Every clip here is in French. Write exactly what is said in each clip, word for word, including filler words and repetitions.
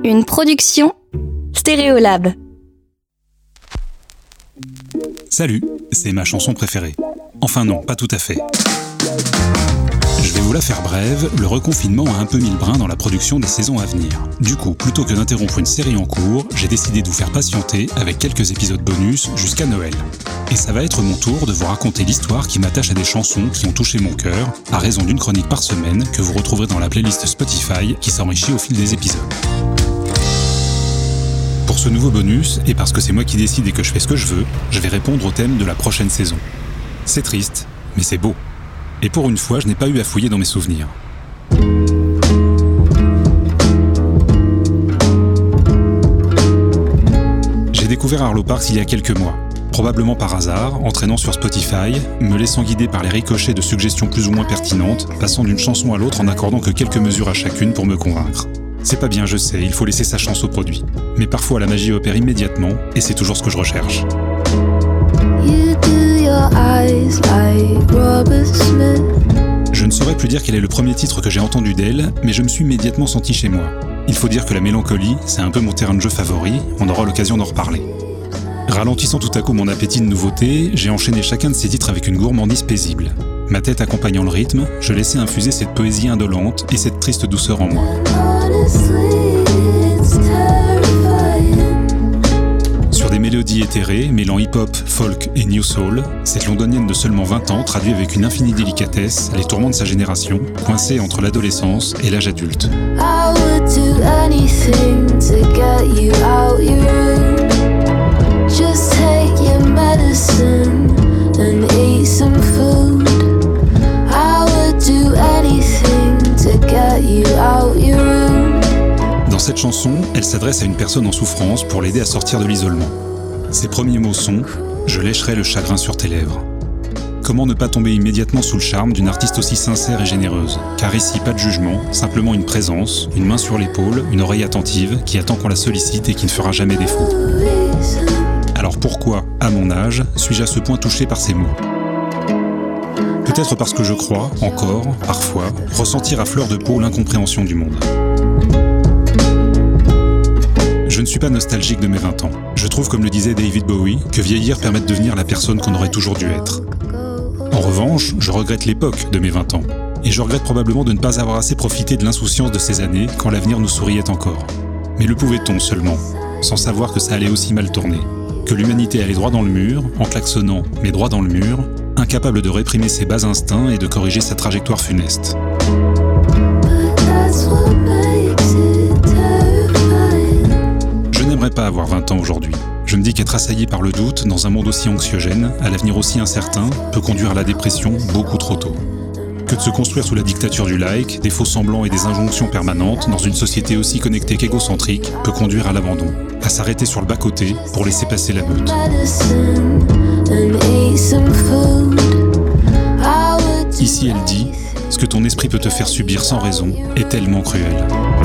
Une production Stéréolab. Salut, c'est ma chanson préférée. Enfin non, pas tout à fait. Je vais vous la faire brève, le reconfinement a un peu mis le brin dans la production des saisons à venir. Du coup, plutôt que d'interrompre une série en cours, j'ai décidé de vous faire patienter avec quelques épisodes bonus jusqu'à Noël. Et ça va être mon tour de vous raconter l'histoire qui m'attache à des chansons qui ont touché mon cœur, à raison d'une chronique par semaine que vous retrouverez dans la playlist Spotify qui s'enrichit au fil des épisodes. Pour ce nouveau bonus, et parce que c'est moi qui décide et que je fais ce que je veux, je vais répondre au thème de la prochaine saison. C'est triste, mais c'est beau. Et pour une fois, je n'ai pas eu à fouiller dans mes souvenirs. J'ai découvert Arlo Parks il y a quelques mois, probablement par hasard, en traînant sur Spotify, me laissant guider par les ricochets de suggestions plus ou moins pertinentes, passant d'une chanson à l'autre en accordant que quelques mesures à chacune pour me convaincre. C'est pas bien, je sais, il faut laisser sa chance au produit. Mais parfois la magie opère immédiatement, et c'est toujours ce que je recherche. Je ne saurais plus dire quel est le premier titre que j'ai entendu d'elle, mais je me suis immédiatement senti chez moi. Il faut dire que la mélancolie, c'est un peu mon terrain de jeu favori, on aura l'occasion d'en reparler. Ralentissant tout à coup mon appétit de nouveautés, j'ai enchaîné chacun de ces titres avec une gourmandise paisible. Ma tête accompagnant le rythme, je laissais infuser cette poésie indolente et cette triste douceur en moi. Sur des mélodies éthérées, mêlant hip-hop, folk et new soul, cette londonienne de seulement vingt ans traduit avec une infinie délicatesse les tourments de sa génération, coincée entre l'adolescence et l'âge adulte. Dans cette chanson, elle s'adresse à une personne en souffrance pour l'aider à sortir de l'isolement. Ses premiers mots sont « Je lécherai le chagrin sur tes lèvres ». Comment ne pas tomber immédiatement sous le charme d'une artiste aussi sincère et généreuse ? Car ici, pas de jugement, simplement une présence, une main sur l'épaule, une oreille attentive qui attend qu'on la sollicite et qui ne fera jamais défaut. Alors pourquoi, à mon âge, suis-je à ce point touché par ces mots ? Peut-être parce que je crois, encore, parfois, ressentir à fleur de peau l'incompréhension du monde. Je ne suis pas nostalgique de mes vingt ans. Je trouve, comme le disait David Bowie, que vieillir permet de devenir la personne qu'on aurait toujours dû être. En revanche, je regrette l'époque de mes vingt ans. Et je regrette probablement de ne pas avoir assez profité de l'insouciance de ces années quand l'avenir nous souriait encore. Mais le pouvait-on seulement, sans savoir que ça allait aussi mal tourner ? Que l'humanité allait droit dans le mur, en klaxonnant, mais droit dans le mur, incapable de réprimer ses bas instincts et de corriger sa trajectoire funeste. Je n'aimerais pas avoir vingt ans aujourd'hui. Je me dis qu'être assailli par le doute dans un monde aussi anxiogène, à l'avenir aussi incertain, peut conduire à la dépression beaucoup trop tôt. Que de se construire sous la dictature du like, des faux semblants et des injonctions permanentes dans une société aussi connectée qu'égocentrique peut conduire à l'abandon, à s'arrêter sur le bas-côté pour laisser passer la meute. Ici elle dit, ce que ton esprit peut te faire subir sans raison est tellement cruel.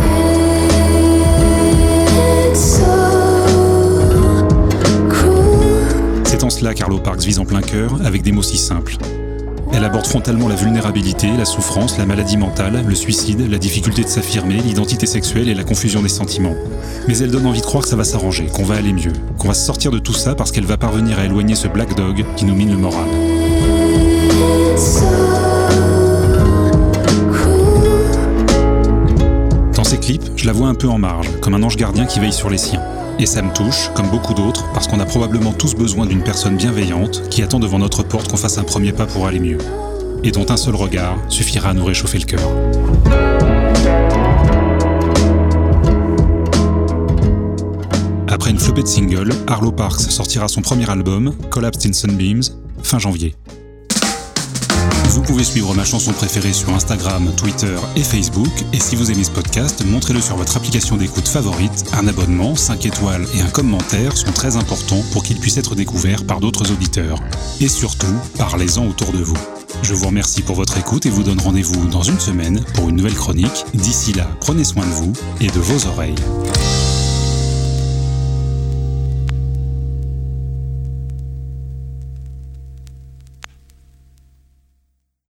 C'est en cela qu'Arlo Parks vise en plein cœur avec des mots si simples. Elle aborde frontalement la vulnérabilité, la souffrance, la maladie mentale, le suicide, la difficulté de s'affirmer, l'identité sexuelle et la confusion des sentiments. Mais elle donne envie de croire que ça va s'arranger, qu'on va aller mieux, qu'on va se sortir de tout ça parce qu'elle va parvenir à éloigner ce black dog qui nous mine le moral. Dans ses clips, je la vois un peu en marge, comme un ange gardien qui veille sur les siens. Et ça me touche, comme beaucoup d'autres, parce qu'on a probablement tous besoin d'une personne bienveillante qui attend devant notre porte qu'on fasse un premier pas pour aller mieux. Et dont un seul regard suffira à nous réchauffer le cœur. Après une flopée de singles, Arlo Parks sortira son premier album, Collapsed in Sunbeams, fin janvier. Vous pouvez suivre ma chanson préférée sur Instagram, Twitter et Facebook. Et si vous aimez ce podcast, montrez-le sur votre application d'écoute favorite. Un abonnement, cinq étoiles et un commentaire sont très importants pour qu'il puisse être découvert par d'autres auditeurs. Et surtout, parlez-en autour de vous. Je vous remercie pour votre écoute et vous donne rendez-vous dans une semaine pour une nouvelle chronique. D'ici là, prenez soin de vous et de vos oreilles.